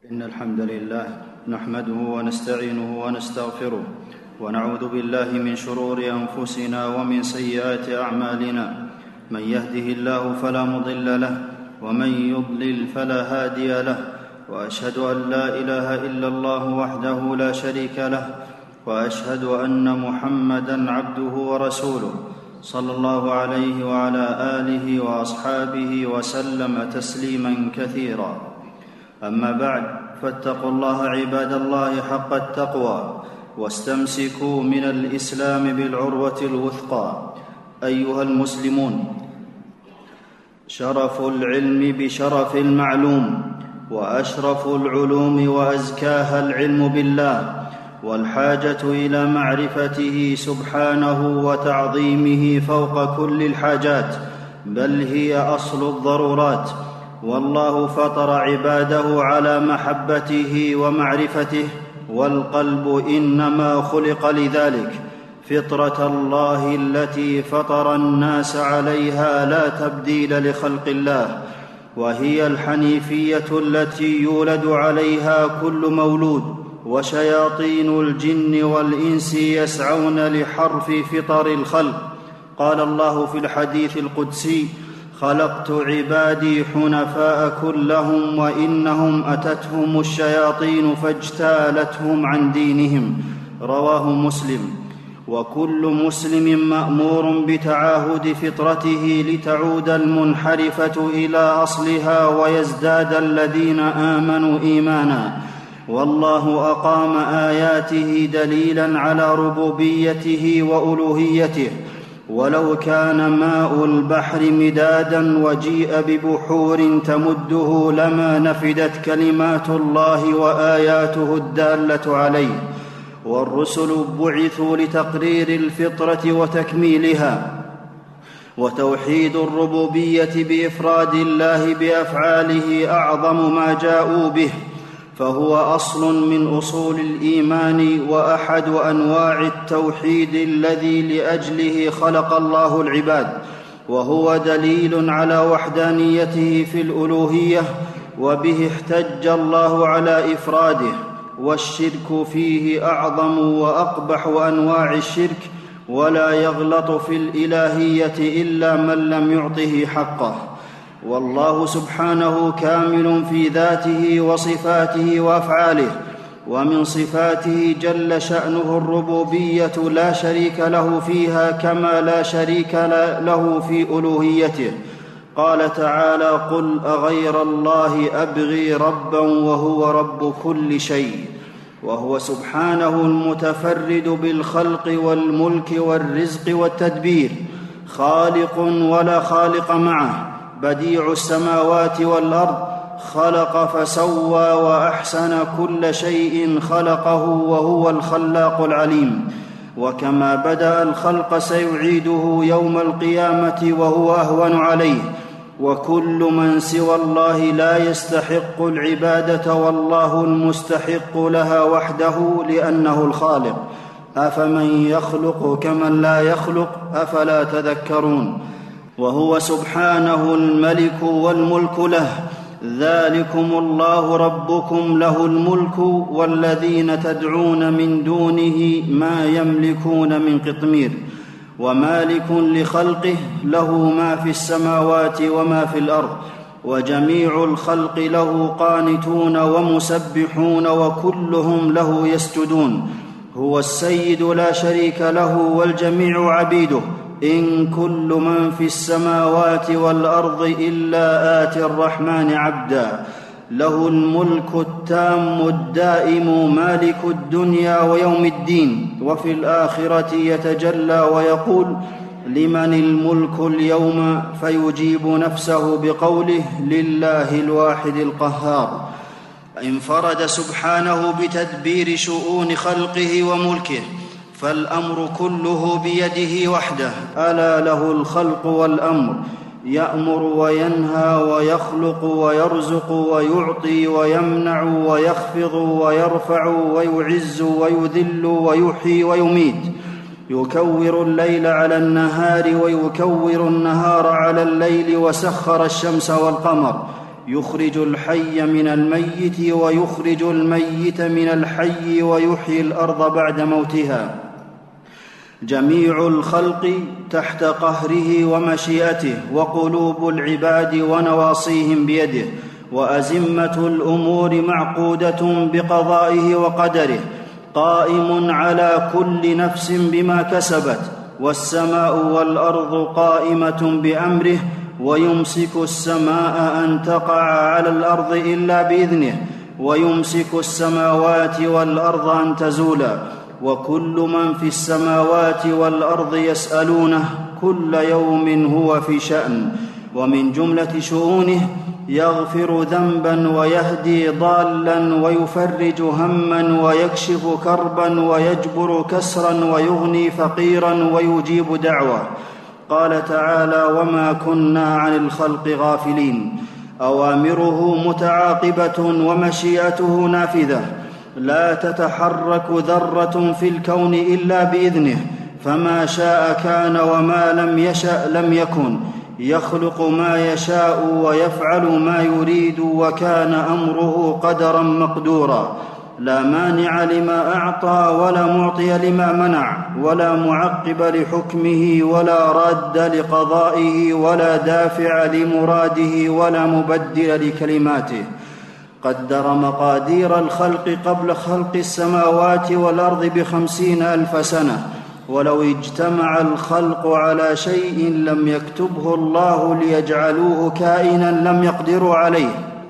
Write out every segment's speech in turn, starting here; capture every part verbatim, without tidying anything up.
إن الحمد لله نحمده ونستعينه ونستغفره ونعوذ بالله من شرور أنفسنا ومن سيئات أعمالنا. من يهده الله فلا مضل له ومن يضلل فلا هادي له، وأشهد أن لا إله إلا الله وحده لا شريك له، وأشهد أن محمدًا عبده ورسوله صلى الله عليه وعلى آله وأصحابه وسلم تسليمًا كثيرًا. أما بعد، فاتقوا الله عباد الله حق التقوى، واستمسكوا من الإسلام بالعروة الوثقى. أيها المسلمون، شرف العلم بشرف المعلوم، وأشرف العلوم وأزكاها العلم بالله، والحاجة إلى معرفته سبحانه وتعظيمه فوق كل الحاجات، بل هي أصل الضرورات. والله فطر عباده على محبته ومعرفته، والقلب إنما خلق لذلك، فطرة الله التي فطر الناس عليها لا تبديل لخلق الله، وهي الحنيفية التي يولد عليها كل مولود. وشياطين الجن والإنس يسعون لحرف فطر الخلق. قال الله في الحديث القدسي: خلقت عبادي حنفاء كلهم وإنهم أتتهم الشياطين فاجتالتهم عن دينهم. رواه مسلم. وكل مسلم مأمور بتعاهد فطرته لتعود المنحرفة إلى أصلها ويزداد الذين آمنوا إيمانا. والله أقام آياته دليلا على ربوبيته وألوهيته. ولو كان ماء البحر مدادا وجيء ببحور تمده لما نفدت كلمات الله وآياته الدالة عليه. والرسل بعثوا لتقرير الفطرة وتكميلها، وتوحيد الربوبية بإفراد الله بأفعاله أعظم ما جاءوا به، فهو أصل من أصول الإيمان وأحد أنواع التوحيد الذي لأجله خلق الله العباد، وهو دليل على وحدانيته في الألوهية، وبه احتج الله على إفراده. والشرك فيه أعظم وأقبح أنواع الشرك، ولا يغلط في الإلهية إلا من لم يعطه حقه. والله سبحانه كامل في ذاته وصفاته وأفعاله. ومن صفاته جل شأنه الربوبية لا شريك له فيها، كما لا شريك له في ألوهيته. قال تعالى: قل أغير الله أبغي ربا وهو رب كل شيء. وهو سبحانه المتفرد بالخلق والملك والرزق والتدبير، خالق ولا خالق معه، بديع السماوات والأرض، خلق فسوى وأحسن كل شيء خلقه، وهو الخلاق العليم. وكما بدأ الخلق سيعيده يوم القيامة وهو أهون عليه. وكل من سوى الله لا يستحق العبادة، والله المستحق لها وحده، لأنه الخالق. أفمن يخلق كمن لا يخلق، أفلا تذكرون. وهو سبحانه الملك والملك له. ذلكم الله ربكم له الملك، والذين تدعون من دونه ما يملكون من قطمير. ومالك لخلقه، له ما في السماوات وما في الأرض، وجميع الخلق له قانتون ومسبحون، وكلهم له يسجدون. هو السيد لا شريك له، والجميع عبيده. إن كل من في السماوات والأرض إلا آتي الرحمن عبدا. له الملك التام الدائم، مالك الدنيا ويوم الدين. وفي الآخرة يتجلى ويقول: لمن الملك اليوم؟ فيجيب نفسه بقوله: لله الواحد القهار. انفرد سبحانه بتدبير شؤون خلقه وملكه، فالأمر كله بيده وحده. ألا له الخلق والأمر، يأمر وينهى ويخلق ويرزق ويعطي ويمنع ويخفض ويرفع ويعز ويذل ويحيي ويميت. يكور الليل على النهار ويكور النهار على الليل، وسخر الشمس والقمر. يخرج الحي من الميت ويخرج الميت من الحي ويحيي الأرض بعد موتها. جميع الخلق تحت قهره ومشيئته، وقلوب العباد ونواصيهم بيده، وأزمة الأمور معقودة بقضائه وقدره، قائم على كل نفس بما كسبت، والسماء والأرض قائمة بأمره، ويمسك السماء أن تقع على الأرض إلا بإذنه، ويمسك السماوات والأرض أن تزولا، وكل من في السماوات والأرض يسألونه كل يوم هو في شأن. ومن جملة شؤونه يغفر ذنبا ويهدي ضالا ويفرج هما ويكشف كربا ويجبر كسرا ويغني فقيرا ويجيب دعوة. قال تعالى: وما كنا عن الخلق غافلين. أوامره متعاقبة ومشيئته نافذة، لا تتحرك ذرة في الكون إلا بإذنه، فما شاء كان وما لم يشأ لم يكن، يخلق ما يشاء ويفعل ما يريد، وكان أمره قدرا مقدورا. لا مانع لما أعطى ولا معطي لما منع، ولا معقب لحكمه ولا راد لقضائه، ولا دافع لمراده، ولا مبدل لكلماته. قدر مقادير الخلق قبل خلق السماوات والأرض بخمسين ألف سنة، ولو اجتمع الخلق على شيء لم يكتبه الله ليجعلوه كائنا لم يقدروا عليه،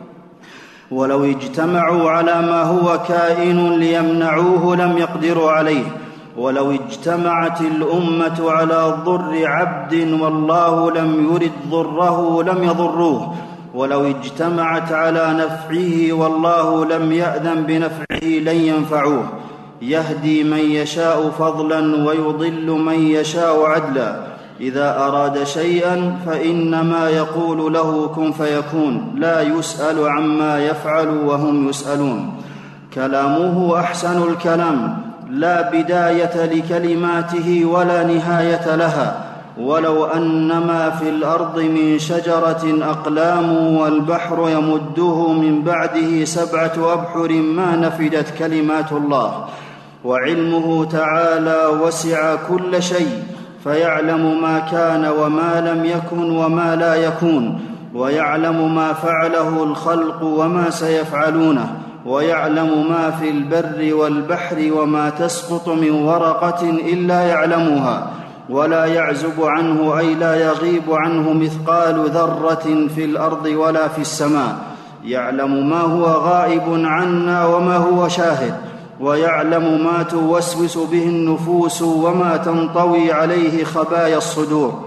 ولو اجتمعوا على ما هو كائن ليمنعوه لم يقدروا عليه، ولو اجتمعت الأمة على ضر عبد والله لم يرد ضره لم يضروه، ولو اجتمعت على نفعه والله لم يأذن بنفعه لن ينفعوه. يهدي من يشاء فضلا ويضل من يشاء عدلا. إذا أراد شيئا فإنما يقول له كن فيكون، لا يسأل عما يفعل وهم يسألون. كلامه أحسن الكلام، لا بداية لكلماته ولا نهاية لها. ولو أن ما في الأرض من شجرة أقلام والبحر يمده من بعده سبعة أبحر ما نفدت كلمات الله. وعلمه تعالى وسع كل شيء، فيعلم ما كان وما لم يكن وما لا يكون، ويعلم ما فعله الخلق وما سيفعلونه، ويعلم ما في البر والبحر وما تسقط من ورقة إلا يعلمها، ولا يعزب عنه أي لا يغيب عنه مثقال ذرة في الأرض ولا في السماء. يعلم ما هو غائب عنا وما هو شاهد، ويعلم ما توسوس به النفوس وما تنطوي عليه خبايا الصدور،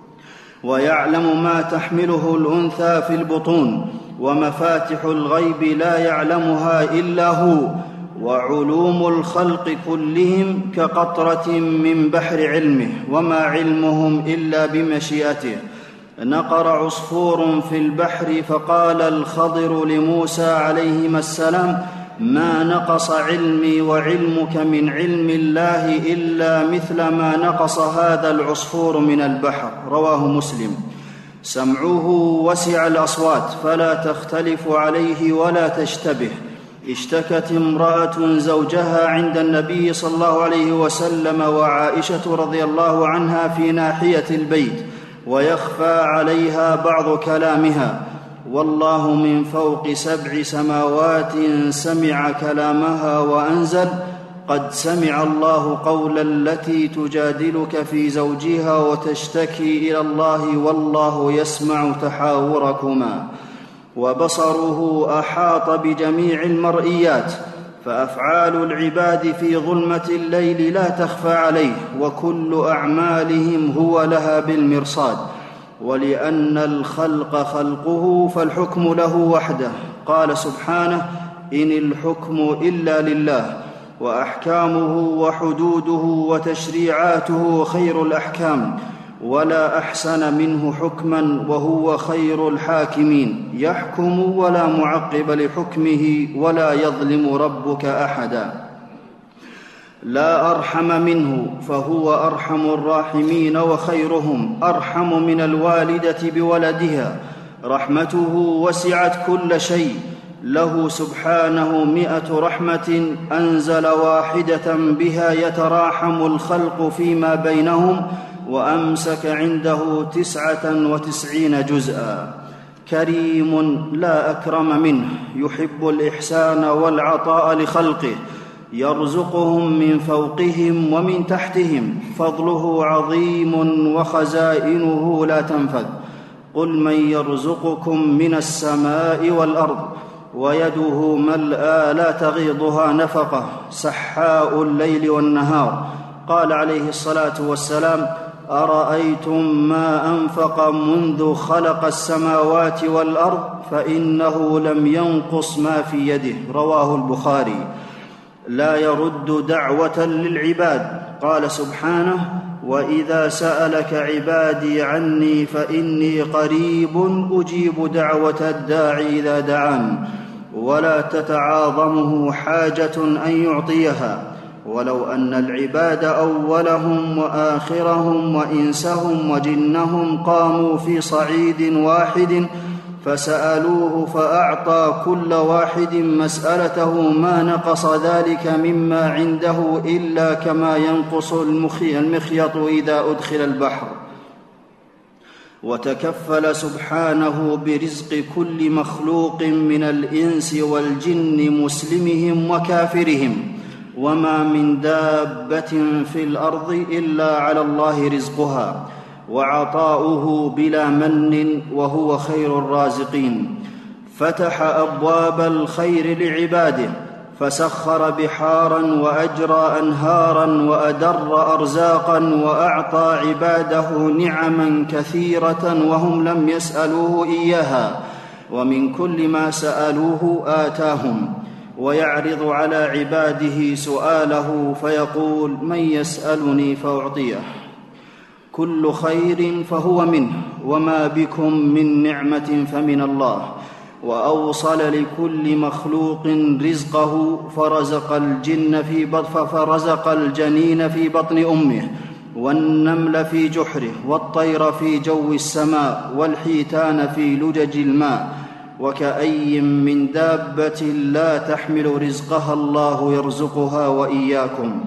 ويعلم ما تحمله الأنثى في البطون، ومفاتح الغيب لا يعلمها إلا هو. وعلوم الخلق كلهم كقطرة من بحر علمه، وما علمهم إلا بمشيئته. نقر عصفور في البحر فقال الخضر لموسى عليهما السلام: ما نقص علمي وعلمك من علم الله إلا مثل ما نقص هذا العصفور من البحر. رواه مسلم. سمعه وسع الأصوات فلا تختلف عليه ولا تشتبه. اشتكت امرأة زوجها عند النبي صلى الله عليه وسلم وعائشة رضي الله عنها في ناحية البيت، ويخفى عليها بعض كلامها، والله من فوق سبع سماوات سمع كلامها وأنزل: قد سمع الله قول التي تجادلك في زوجها وتشتكي إلى الله والله يسمع تحاوركما. وبصره أحاط بجميع المرئيات، فأفعال العباد في ظلمة الليل لا تخفى عليه، وكل أعمالهم هو لها بالمرصاد. ولأن الخلق خلقه فالحكم له وحده. قال سبحانه: إن الحكم إلا لله، وأحكامه وحدوده وتشريعاته خير الأحكام، ولا أحسن منه حكما وهو خير الحاكمين. يحكم ولا معقب لحكمه، ولا يظلم ربك أحدا. لا أرحم منه، فهو أرحم الراحمين وخيرهم، أرحم من الوالدة بولدها. رحمته وسعت كل شيء. له سبحانه مئة رحمة أنزل واحدة بها يتراحم الخلق فيما بينهم، وأمسك عنده تسعة وتسعين جزءا. كريم لا أكرم منه، يحب الإحسان والعطاء لخلقه، يرزقهم من فوقهم ومن تحتهم، فضله عظيم وخزائنه لا تنفذ. قل من يرزقكم من السماء والأرض ويده ملأى لا تغيضها نفقة، سحاء الليل والنهار. قال عليه الصلاة والسلام: أرأيتم ما أنفق منذ خلق السماوات والأرض فإنه لم ينقص ما في يده. رواه البخاري. لا يرد دعوة للعباد. قال سبحانه: وإذا سألك عبادي عني فإني قريب أجيب دعوة الداعي إذا دعان. ولا تتعاظمه حاجة أن يعطيها، ولو أن العباد أولهم وآخرهم وإنسهم وجنهم قاموا في صعيد واحد فسألوه فأعطى كل واحد مسألته ما نقص ذلك مما عنده إلا كما ينقص المخيط إذا أدخل البحر. وتكفل سبحانه برزق كل مخلوق من الإنس والجن، مسلمهم وكافرهم. وما من دابة في الأرض إلا على الله رزقها وعطاؤه بلا من، وهو خير الرازقين. فتح أبواب الخير لعباده، فسخر بحارا وأجرى أنهارا وأدر أرزاقا، وأعطى عباده نعما كثيرة وهم لم يسألوه إياها، ومن كل ما سألوه آتاهم. ويعرض على عباده سؤاله فيقول: من يسألني فأعطيه. كل خير فهو منه، وما بكم من نعمة فمن الله. وأوصل لكل مخلوق رزقه، فرزق الجن في بطن فرزق الجنين في بطن أمه، والنمل في جحره، والطير في جو السماء، والحيتان في لجج الماء. وكأي من دابة لا تحمل رزقها الله يرزقها وإياكم.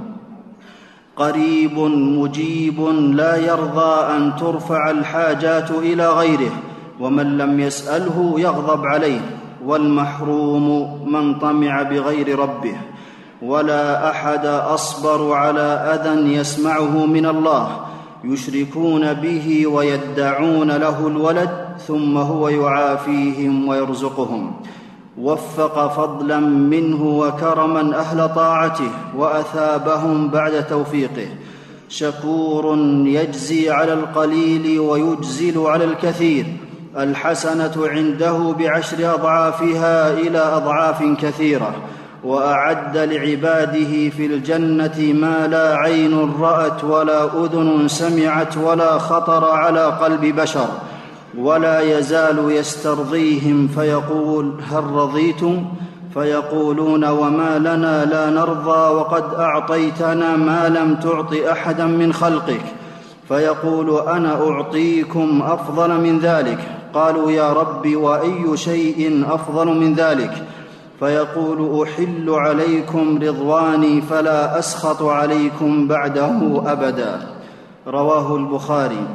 قريب مجيب لا يرضى أن ترفع الحاجات إلى غيره، ومن لم يسأله يغضب عليه. والمحروم من طمع بغير ربه. ولا أحد أصبر على أذى يسمعه من الله، يشركون به ويدعون له الولد ثم هو يعافيهم ويرزقهم. وفق فضلا منه وكرما أهل طاعته، وأثابهم بعد توفيقه. شكور يجزي على القليل ويجزل على الكثير. الحسنة عنده بعشر أضعافها إلى أضعاف كثيرة. وأعد لعباده في الجنة ما لا عين رأت ولا أذن سمعت ولا خطر على قلب بشر. ولا يزال يسترضيهم فيقول: هل رضيتم؟ فيقولون: وما لنا لا نرضى وقد أعطيتنا ما لم تعط أحدا من خلقك. فيقول: أنا أعطيكم أفضل من ذلك. قالوا: يا رب، وأي شيء أفضل من ذلك؟ فيقول: أحل عليكم رضواني فلا أسخط عليكم بعده أبدا. رواه البخاري.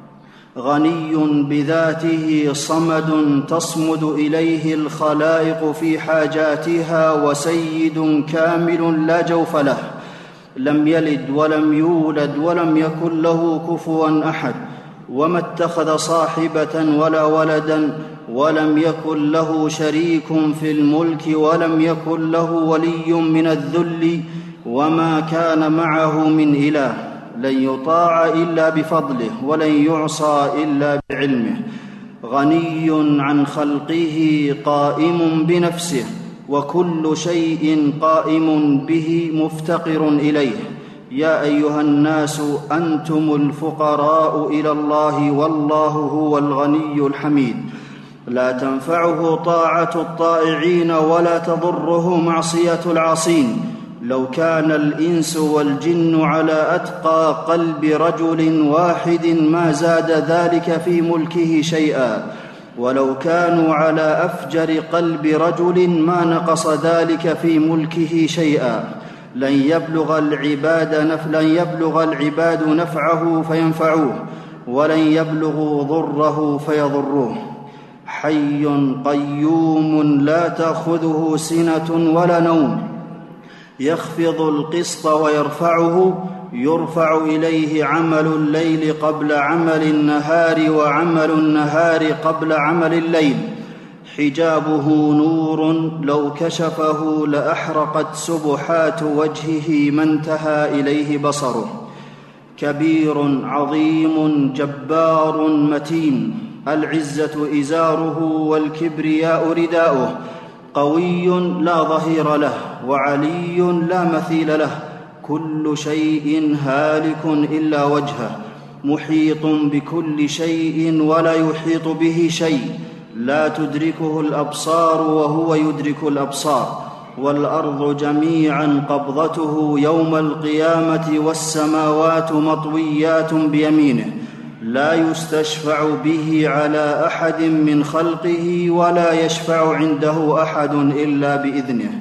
غني بذاته صمد تصمد إليه الخلائق في حاجاتها، وسيد كامل لا جوف له، لم يلد ولم يولد ولم يكن له كفوا أحد، وما اتخذ صاحبة ولا ولدا، ولم يكن له شريك في الملك، ولم يكن له ولي من الذل، وما كان معه من إله. لن يطاع إلا بفضله، ولن يعصى إلا بعلمه. غني عن خلقه قائم بنفسه، وكل شيء قائم به مفتقر إليه. يا أيها الناس أنتم الفقراء إلى الله، والله هو الغني الحميد. لا تنفعه طاعة الطائعين ولا تضره معصية العاصين. لو كان الإنس والجن على أتقى قلب رجل واحد ما زاد ذلك في ملكه شيئا. ولو كانوا على أفجر قلب رجل ما نقص ذلك في ملكه شيئا. لن يبلغ العباد, نف... لن يبلغ العباد نفعه فينفعوه، ولن يبلغوا ضره فيضروه. حي قيوم لا تأخذه سنة ولا نوم، يخفض القسط ويرفعه، يرفع إليه عمل الليل قبل عمل النهار، وعمل النهار قبل عمل الليل. حجابه نور لو كشفه لأحرقت سبحات وجهه ما انتهى إليه بصره. كبير عظيم جبار متين، العزة إزاره والكبرياء رداؤه. قوي لا ظهير له، وعلي لا مثيل له. كل شيء هالك إلا وجهه، محيط بكل شيء ولا يحيط به شيء. لا تدركه الأبصار وهو يدرك الأبصار. والأرض جميعا قبضته يوم القيامة، والسماوات مطويات بيمينه. لا يستشفع به على أحد من خلقه، ولا يشفع عنده أحد إلا بإذنه.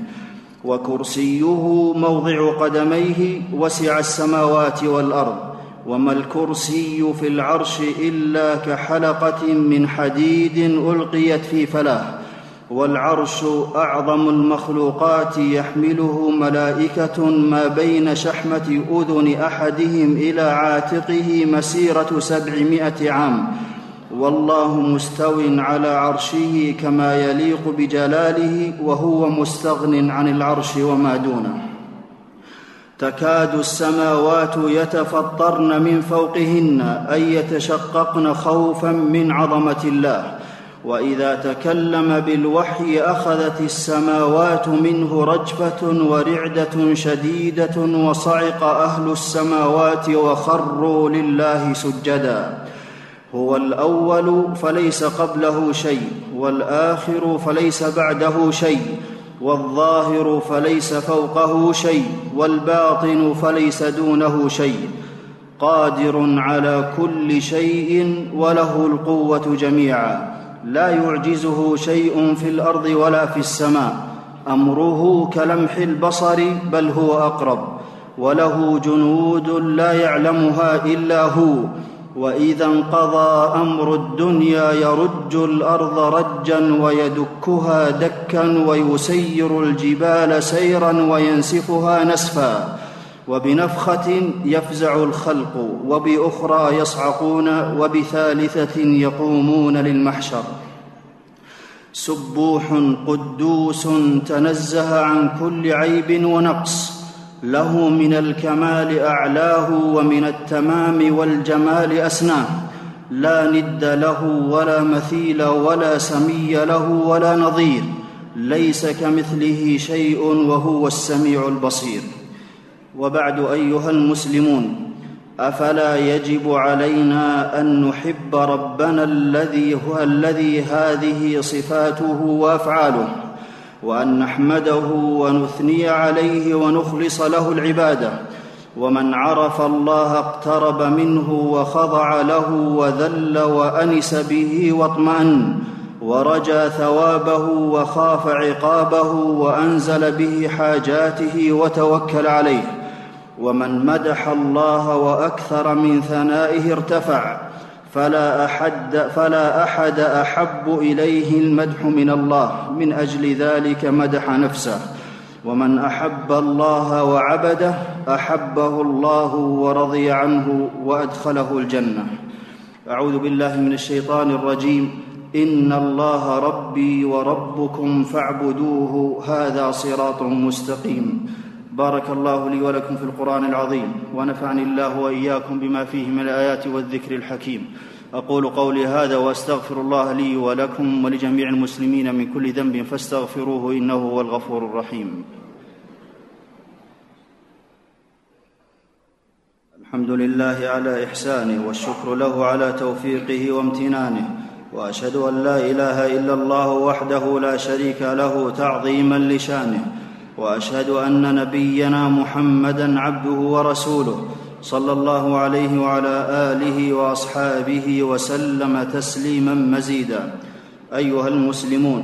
وكرسيه موضع قدميه، وسع السماوات والأرض. وما الكرسي في العرش إلا كحلقة من حديد ألقيت في فلاه. والعرش أعظم المخلوقات، يحمله ملائكة ما بين شحمة أذن أحدهم إلى عاتقه مسيرة سبعمائة عام. والله مستو على عرشه كما يليق بجلاله، وهو مستغن عن العرش وما دونه. تكاد السماوات يتفطرن من فوقهن، أي يتشققن خوفا من عظمة الله. وإذا تكلم بالوحي أخذت السماوات منه رجفة ورعدة شديدة، وصعق أهل السماوات وخروا لله سجدا. هو الأول فليس قبله شيء، والآخر فليس بعده شيء، والظاهر فليس فوقه شيء، والباطن فليس دونه شيء. قادر على كل شيء وله القوة جميعا. لا يعجزه شيء في الأرض ولا في السماء. أمره كلمح البصر، بل هو أقرب. وله جنود لا يعلمها إلا هو. وإذا انقضى أمر الدنيا يرج الأرض رجا، ويدكها دكا، ويسير الجبال سيرا، وينسفها نسفا. وبنفخة يفزع الخلق، وبأخرى يصعقون، وبثالثة يقومون للمحشر. سبوح قدوس تنزه عن كل عيب ونقص، له من الكمال أعلاه، ومن التمام والجمال أسناه. لا ند له ولا مثيل ولا سمي له ولا نظير. ليس كمثله شيء وهو السميع البصير. وبعد أيها المسلمون، أفلا يجب علينا أن نحب ربنا الذي هو الذي هذه صفاته وأفعاله، وأن نحمده ونثني عليه ونخلص له العبادة. ومن عرف الله اقترب منه وخضع له وذل وأنس به واطمأن، ورجى ثوابه وخاف عقابه، وأنزل به حاجاته وتوكل عليه. ومن مدح الله وأكثر من ثنائه ارتفع. فلا أحد, فلا أحد أحب إليه المدح من الله، من أجل ذلك مدح نفسه. ومن أحب الله وعبده أحبه الله ورضي عنه وأدخله الجنة. أعوذ بالله من الشيطان الرجيم. إن الله ربي وربكم فاعبدوه، هذا صراط مستقيم. بارك الله لي ولكم في القرآن العظيم، ونفعني الله وإياكم بما فيه من الآيات والذكر الحكيم. أقول قولي هذا وأستغفر الله لي ولكم ولجميع المسلمين من كل ذنب فاستغفروه، إنه هو الغفور الرحيم. الحمد لله على إحسانه، والشكر له على توفيقه وامتنانه. وأشهد أن لا إله إلا الله وحده لا شريك له تعظيما لشانه. وأشهد أن نبينا محمدًا عبده ورسوله، صلى الله عليه وعلى آله وأصحابه وسلم تسليما مزيدا. أيها المسلمون،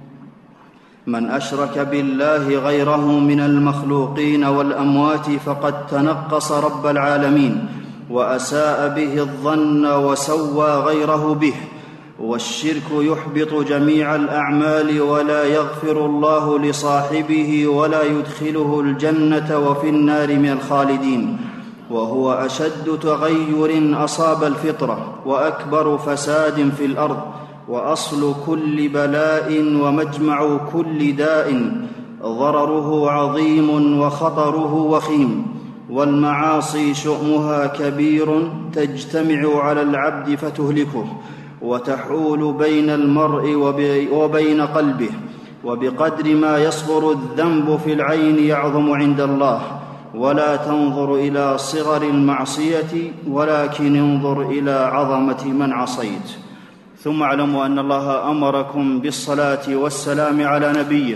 من أشرك بالله غيره من المخلوقين والأموات فقد تنقص رب العالمين وأساء به الظن وسوى غيره به. والشرك يحبط جميع الأعمال ولا يغفر الله لصاحبه ولا يدخله الجنة وفي النار من الخالدين، وهو أشد تغير أصاب الفطرة وأكبر فساد في الأرض وأصل كل بلاء ومجمع كل داء، ضرره عظيم وخطره وخيم. والمعاصي شؤمها كبير تجتمع على العبد فتهلكه وتحول بين المرء وبين قلبه، وبقدر ما يصغر الذنب في العين يعظم عند الله. ولا تنظر إلى صغر المعصية ولكن انظر إلى عظمة من عصيت. ثم اعلموا أن الله أمركم بالصلاة والسلام على نبيه،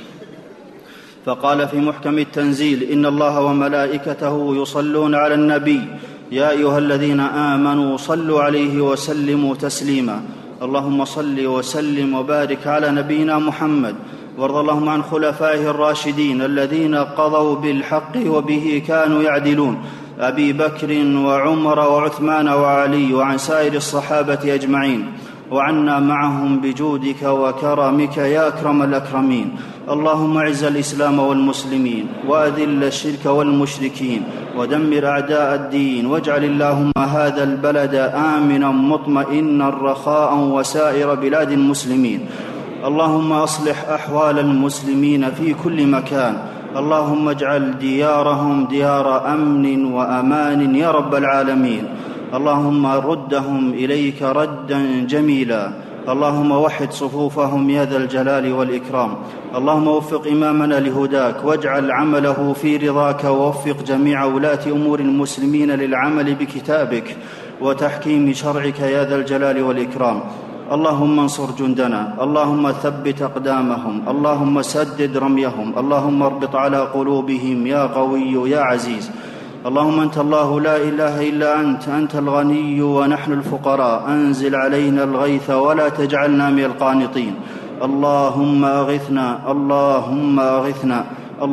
فقال في محكم التنزيل: إن الله وملائكته يصلون على النبي يا أيها الذين آمنوا صلوا عليه وسلموا تسليما. اللهم صل وسلم وبارك على نبينا محمد، وارض اللهم عن خلفائه الراشدين الذين قضوا بالحق وبه كانوا يعدلون، أبي بكر وعمر وعثمان وعلي، وعن سائر الصحابة أجمعين، وعنا معهم بجودك وكرمك يا أكرم الأكرمين. اللهم اعز الإسلام والمسلمين وأذل الشرك والمشركين ودمر أعداء الدين، واجعل اللهم هذا البلد آمنا مطمئنا رخاء وسائر بلاد المسلمين. اللهم أصلح أحوال المسلمين في كل مكان، اللهم اجعل ديارهم ديار أمن وأمان يا رب العالمين. اللهم ردهم إليك ردا جميلا، اللهم وحد صفوفهم يا ذا الجلال والإكرام. اللهم وفق إمامنا لهداك واجعل عمله في رضاك، ووفق جميع ولاة أمور المسلمين للعمل بكتابك وتحكيم شرعك يا ذا الجلال والإكرام. اللهم انصر جندنا، اللهم ثبت أقدامهم، اللهم سدد رميهم، اللهم اربط على قلوبهم يا قوي يا عزيز. اللهم أنت الله لا إله إلا أنت، أنت الغني ونحن الفقراء، أنزل علينا الغيث ولا تجعلنا من القانطين. اللهم أغثنا، اللهم أغثنا،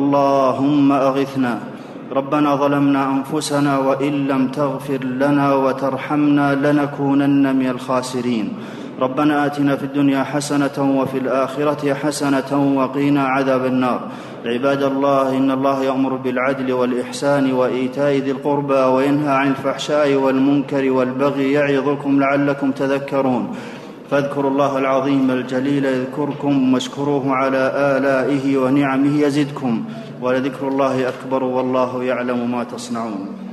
اللهم أغثنا. ربنا ظلمنا أنفسنا وإن لم تغفر لنا وترحمنا لنكونن من الخاسرين. ربنا آتنا في الدنيا حسنة وفي الآخرة حسنة وقنا عذاب النار. عباد الله، إن الله يأمر بالعدل والإحسان وإيتاء ذي القربى وينهى عن الفحشاء والمنكر والبغي يعظكم لعلكم تذكرون. فاذكروا الله العظيم الجليل يذكركم، واشكروه على آلائه ونعمه يزدكم، ولذكر الله أكبر والله يعلم ما تصنعون.